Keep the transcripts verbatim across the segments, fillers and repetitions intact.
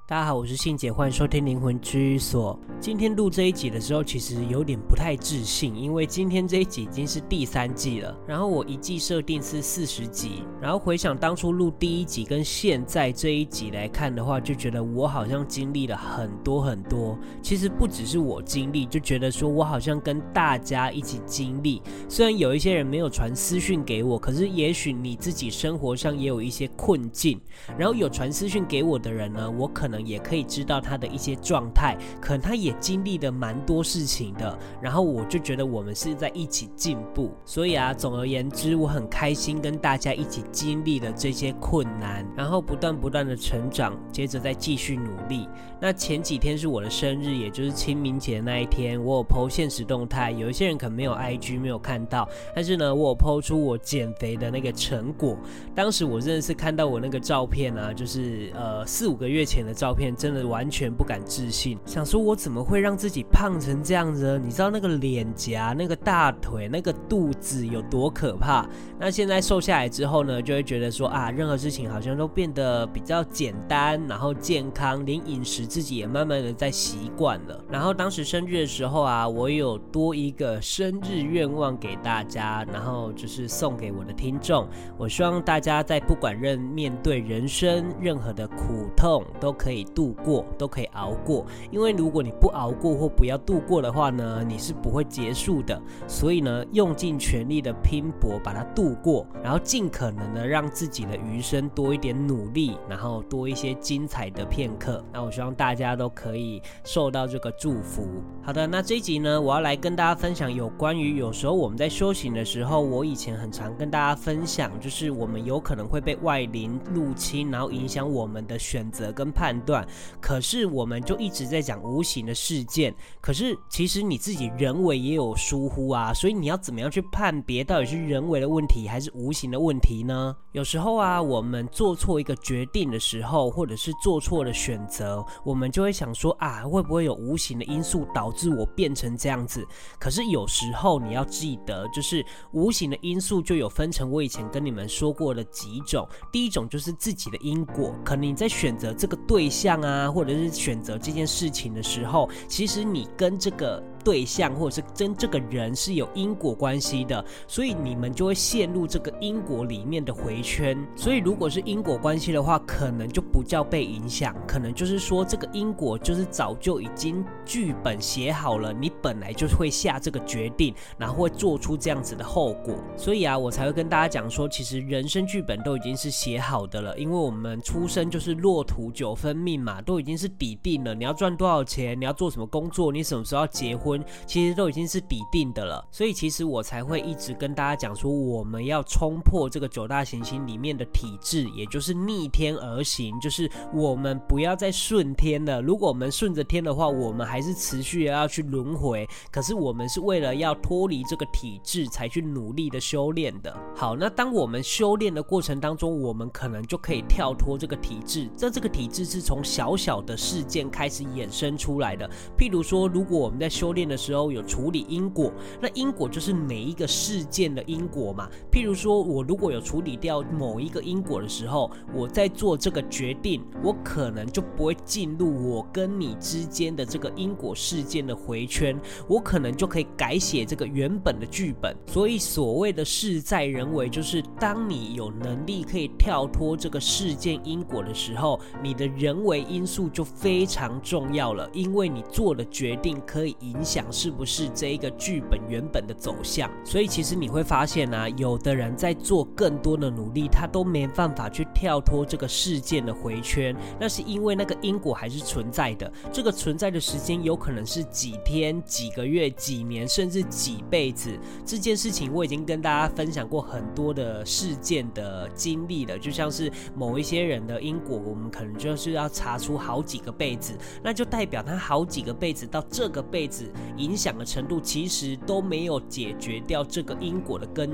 大家好，我是信姐，欢迎收听灵魂居所。今天录这一集的时候，其实有点不太自信，因为今天这一集已经是第三季了，然后我一季设定是四十集，然后回想当初录第一集跟现在这一集来看的话，就觉得我好像经历了很多很多。其实不只是我经历，就觉得说我好像跟大家一起经历。虽然有一些人没有传私讯给我，可是也许你自己生活上也有一些困境，然后有传私讯给我的人呢，我可能也可以知道他的一些状态，可能他也经历了蛮多事情的，然后我就觉得我们是在一起进步。所以啊，总而言之，我很开心跟大家一起经历了这些困难，然后不断不断的成长，接着再继续努力。那前几天是我的生日，也就是清明节那一天，我有 po 限时动态，有一些人可能没有 I G 没有看到，但是呢，我有 po 出我减肥的那个成果。当时我真的是看到我那个照片啊，就是呃四五个月前的照片，真的完全不敢置信，想说我怎么会让自己胖成这样子呢？你知道那个脸颊、那个大腿、那个肚子有多可怕？那现在瘦下来之后呢，就会觉得说啊，任何事情好像都变得比较简单，然后健康，连饮食自己也慢慢的在习惯了。然后当时生日的时候啊，我有多一个生日愿望给大家，然后就是送给我的听众。我希望大家在不管任面对人生任何的苦痛，都可以度过，都可以熬过。因为如果你不熬过或不要度过的话呢，你是不会结束的。所以呢，用尽全力的拼搏把它度过，然后尽可能的让自己的余生多一点努力，然后多一些精彩的片刻。那我希望大家都可以受到这个祝福。好的，那这一集呢，我要来跟大家分享有关于有时候我们在修行的时候，我以前很常跟大家分享，就是我们有可能会被外灵入侵，然后影响我们的选择跟判断。可是我们就一直在讲无形的事件，可是其实你自己人为也有疏忽啊，所以你要怎么样去判别到底是人为的问题还是无形的问题呢？有时候啊，我们做错一个决定的时候，或者是做错了选择，我们就会想说啊，会不会有无形的因素导致我变成这样子？可是有时候你要记得，就是无形的因素就有分成我以前跟你们说过的几种。第一种就是自己的因果，可能你在选择这个对象啊，或者是选择这件事情的时候，其实你跟这个对象或者是跟这个人是有因果关系的，所以你们就会陷入这个因果里面的回圈。所以如果是因果关系的话，可能就不叫被影响，可能就是说这个因果就是早就已经剧本写好了，你本来就会下这个决定，然后会做出这样子的后果。所以啊，我才会跟大家讲说，其实人生剧本都已经是写好的了，因为我们出生就是落土九分命嘛，都已经是底定了。你要赚多少钱，你要做什么工作，你什么时候要结婚，其实都已经是底定的了。所以其实我才会一直跟大家讲说，我们要冲破这个九大行星里面的体制，也就是逆天而行，就是我们不要再顺天了。如果我们顺着天的话，我们还是持续要去轮回，可是我们是为了要脱离这个体制才去努力的修炼的。好，那当我们修炼的过程当中，我们可能就可以跳脱这个体制。这这个体制是从小小的事件开始衍生出来的。譬如说，如果我们在修炼的时候有处理因果，那因果就是每一个事件的因果嘛。譬如说，我如果有处理掉某一个因果的时候，我在做这个决定，我可能就不会进入我跟你之间的这个因果事件的回圈，我可能就可以改写这个原本的剧本。所以所谓的事在人为，就是当你有能力可以跳脱这个事件因果的时候，你的人为因素就非常重要了，因为你做的决定可以影响是不是这一个剧本原本的走向。所以其实你会发现啊，有的人在做更多的努力，他都没办法去跳脱这个事件的回圈，那是因为那个因果还是存在的。这个存在的时间有可能是几天、几个月、几年，甚至几辈子。这件事情我已经跟大家分享过很多的事件的经历了，就像是某一些人的因果，我们可能就是要查出好几个辈子，那就代表他好几个辈子到这个辈子影响的程度，其实都没有解决掉这个因果的根源。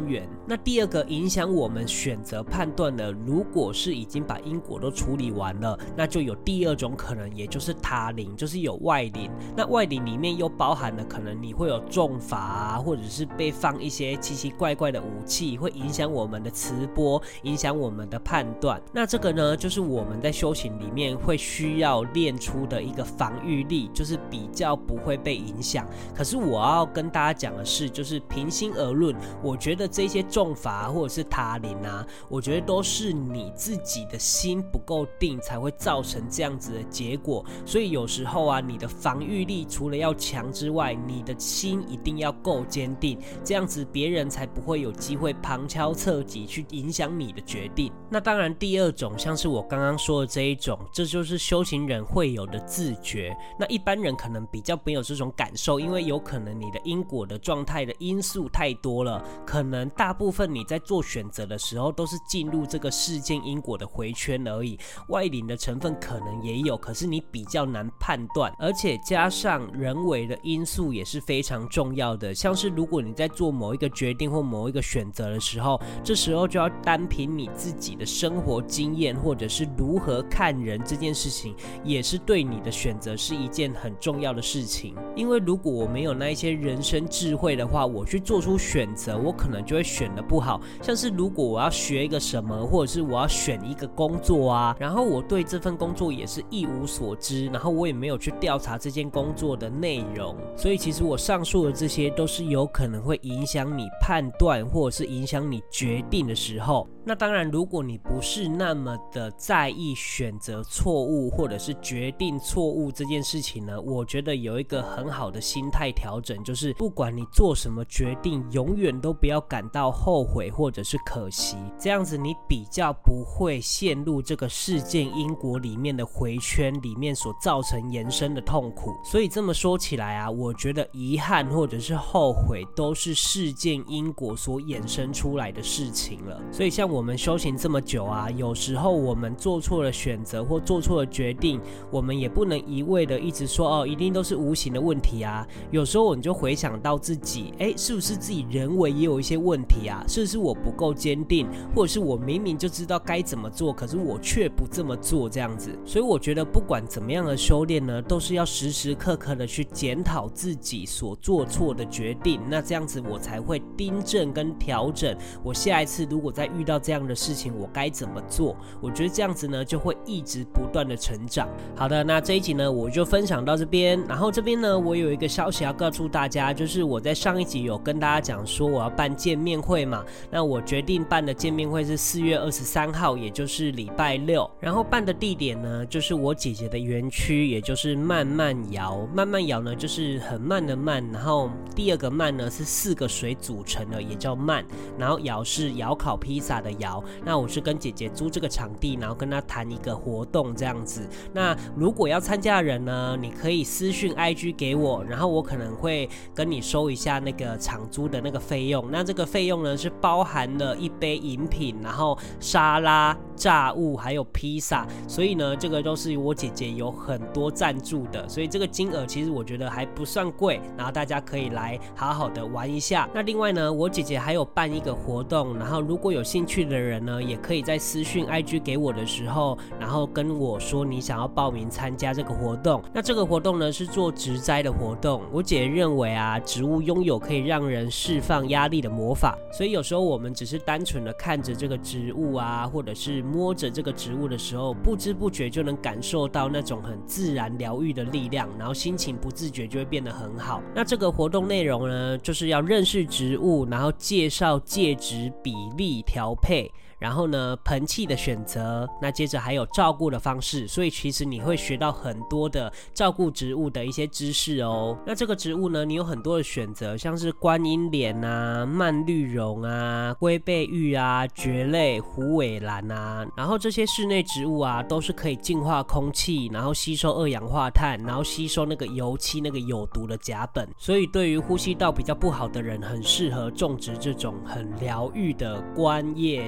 那第二个影响我们选择判断的，如果是已经把因果都处理完了，那就有第二种可能，也就是他灵，就是有外灵。那外灵里面又包含了可能你会有重罚啊，或者是被放一些奇奇怪怪的武器，会影响我们的磁波，影响我们的判断。那这个呢，就是我们在修行里面会需要练出的一个防御力，就是比较不会被影响。可是我要跟大家讲的是，就是平心而论，我觉得这些重罚或者是他灵啊，我觉得都是你自己的心不够定，才会造成这样子的结果。所以有时候啊，你的防御力除了要强之外，你的心一定要够坚定，这样子别人才不会有机会旁敲侧击去影响你的决定。那当然第二种像是我刚刚说的这一种，这就是修行人会有的自觉。那一般人可能比较没有这种感受，因为有可能你的因果的状态的因素太多了，可能大部分你在做选择的时候都是进入这个事件因果的回圈而已，外灵的成分可能也有，可是你比较难判断，而且加上人为的因素也是非常重要的。像是如果你在做某一个决定或某一个选择的时候，这时候就要单凭你自己的生活经验或者是如何看人这件事情，也是对你的选择是一件很重要的事情。因为如果我没有那一些人生智慧的话，我去做出选择，我可能就会选得不好。像是如果我要学一个什么，或者是我要选一个工作啊，然后我对这份工作也是一无所知，然后我也没有去调查这件工作的内容，所以其实我上述的这些都是有可能会影响你判断或者是影响你决定的时候。那当然如果你不是那么的在意选择错误或者是决定错误这件事情呢，我觉得有一个很好的心态调整，就是不管你做什么决定，永远都不要感到后悔或者是可惜，这样子你比较不会陷入这个事件因果里面的回圈里面所造成延伸的痛苦。所以这么说起来啊，我觉得遗憾或者是后悔都是事件因果所衍生出来的事情了。所以像我们修行这么久啊，有时候我们做错了选择或做错了决定，我们也不能一味的一直说哦，一定都是无形的问题啊。有时候我们就回想到自己，哎，是不是自己人为也有一些问题啊？是不是我不够坚定，或者是我明明就知道该怎么做，可是我却不这么做这样子。所以我觉得不管怎么样的修炼呢，都是要时时刻刻的去检讨自己所做错的决定，那这样子我才会订正跟调整，我下一次如果再遇到这样的事情，我该怎么做。我觉得这样子呢，就会一直不断的成长。好的，那这一集呢，我就分享到这边。然后这边呢，我有一个消息要告诉大家，就是我在上一集有跟大家讲说我要办见面会嘛，那我决定办的见面会是四月二十三号，也就是礼拜六。然后办的地点呢，就是我姐姐的园区，也就是慢慢窑。慢慢窑呢，就是很慢的慢，然后第二个慢呢是四个水组成的，也叫慢。然后窑是窑烤披萨的窑。那我是跟姐姐租这个场地，然后跟她谈一个活动这样子。那如果要参加的人呢，你可以私讯 I G 给我，然后我可能会跟你收一下那个场租的那个费用。那这个费用呢是包含了一杯饮品，然后沙拉、炸物还有披萨，所以呢这个都是我姐姐有很多赞助的，所以这个金额其实我觉得还不算贵，然后大家可以来好好的玩一下。那另外呢，我姐姐还有办一个活动，然后如果有兴趣的人呢，也可以在私讯 I G 给我的时候，然后跟我说你想要报名参加这个活动。那这个活动呢是做植栽的活动，我姐认为啊，植物拥有可以让人释放压力的魔法，所以有时候我们只是单纯的看着这个植物啊，或者是摸着这个植物的时候，不知不觉就能感受到那种很自然疗愈的力量，然后心情不自觉就会变得很好。那这个活动内容呢，就是要认识植物，然后介绍介质比例调配，然后呢盆器的选择，那接着还有照顾的方式，所以其实你会学到很多的照顾植物的一些知识哦。那这个植物呢，你有很多的选择，像是观音莲啊、蔓绿绒啊、龟背玉啊、蕨类、虎尾兰啊，然后这些室内植物啊都是可以净化空气，然后吸收二氧化碳，然后吸收那个油漆那个有毒的甲苯，所以对于呼吸道比较不好的人，很适合种植这种很疗愈的观叶植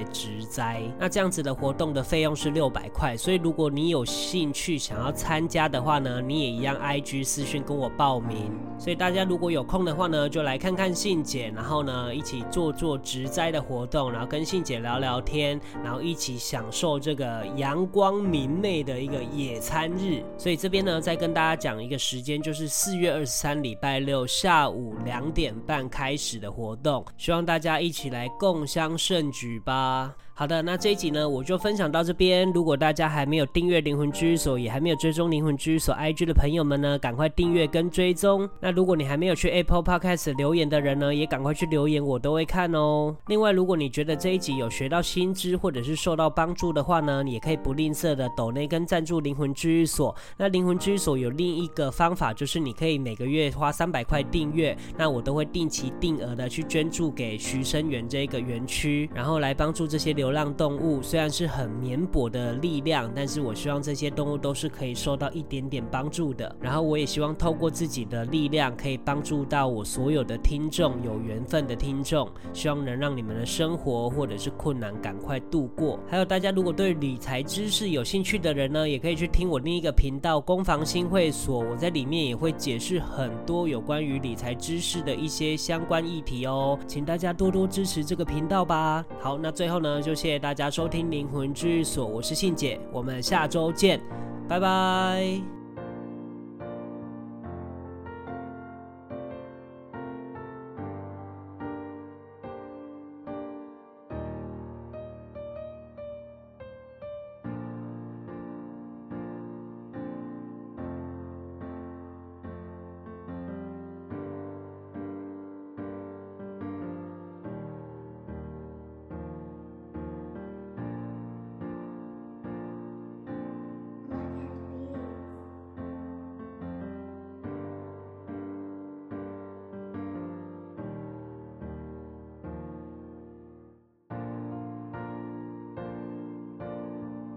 灾。那这样子的活动的费用是六百块，所以如果你有兴趣想要参加的话呢，你也一样 I G 私讯跟我报名。所以大家如果有空的话呢，就来看看信姐，然后呢一起做做植栽的活动，然后跟信姐聊聊天，然后一起享受这个阳光明媚的一个野餐日。所以这边呢再跟大家讲一个时间，就是四月二十三礼拜六下午两点半开始的活动，希望大家一起来共襄盛举吧。好的，那这一集呢我就分享到这边。如果大家还没有订阅灵魂居所，也还没有追踪灵魂居所 I G 的朋友们呢，赶快订阅跟追踪。那如果你还没有去 Apple Podcast 留言的人呢，也赶快去留言，我都会看哦。另外，如果你觉得这一集有学到新知或者是受到帮助的话呢，你也可以不吝啬的抖内跟赞助灵魂居所。那灵魂居所有另一个方法，就是你可以每个月花三百块订阅，那我都会定期定额的去捐助给徐生园这个园区，然后来帮助这些流浪动物。虽然是很绵薄的力量，但是我希望这些动物都是可以受到一点点帮助的。然后我也希望透过自己的力量，可以帮助到我所有的听众，有缘分的听众，希望能让你们的生活或者是困难赶快度过。还有大家如果对理财知识有兴趣的人呢，也可以去听我另一个频道攻防新会所，我在里面也会解释很多有关于理财知识的一些相关议题哦，请大家多多支持这个频道吧。好，那最后呢，就谢谢大家收听灵魂居所，我是信姐，我们下周见，拜拜。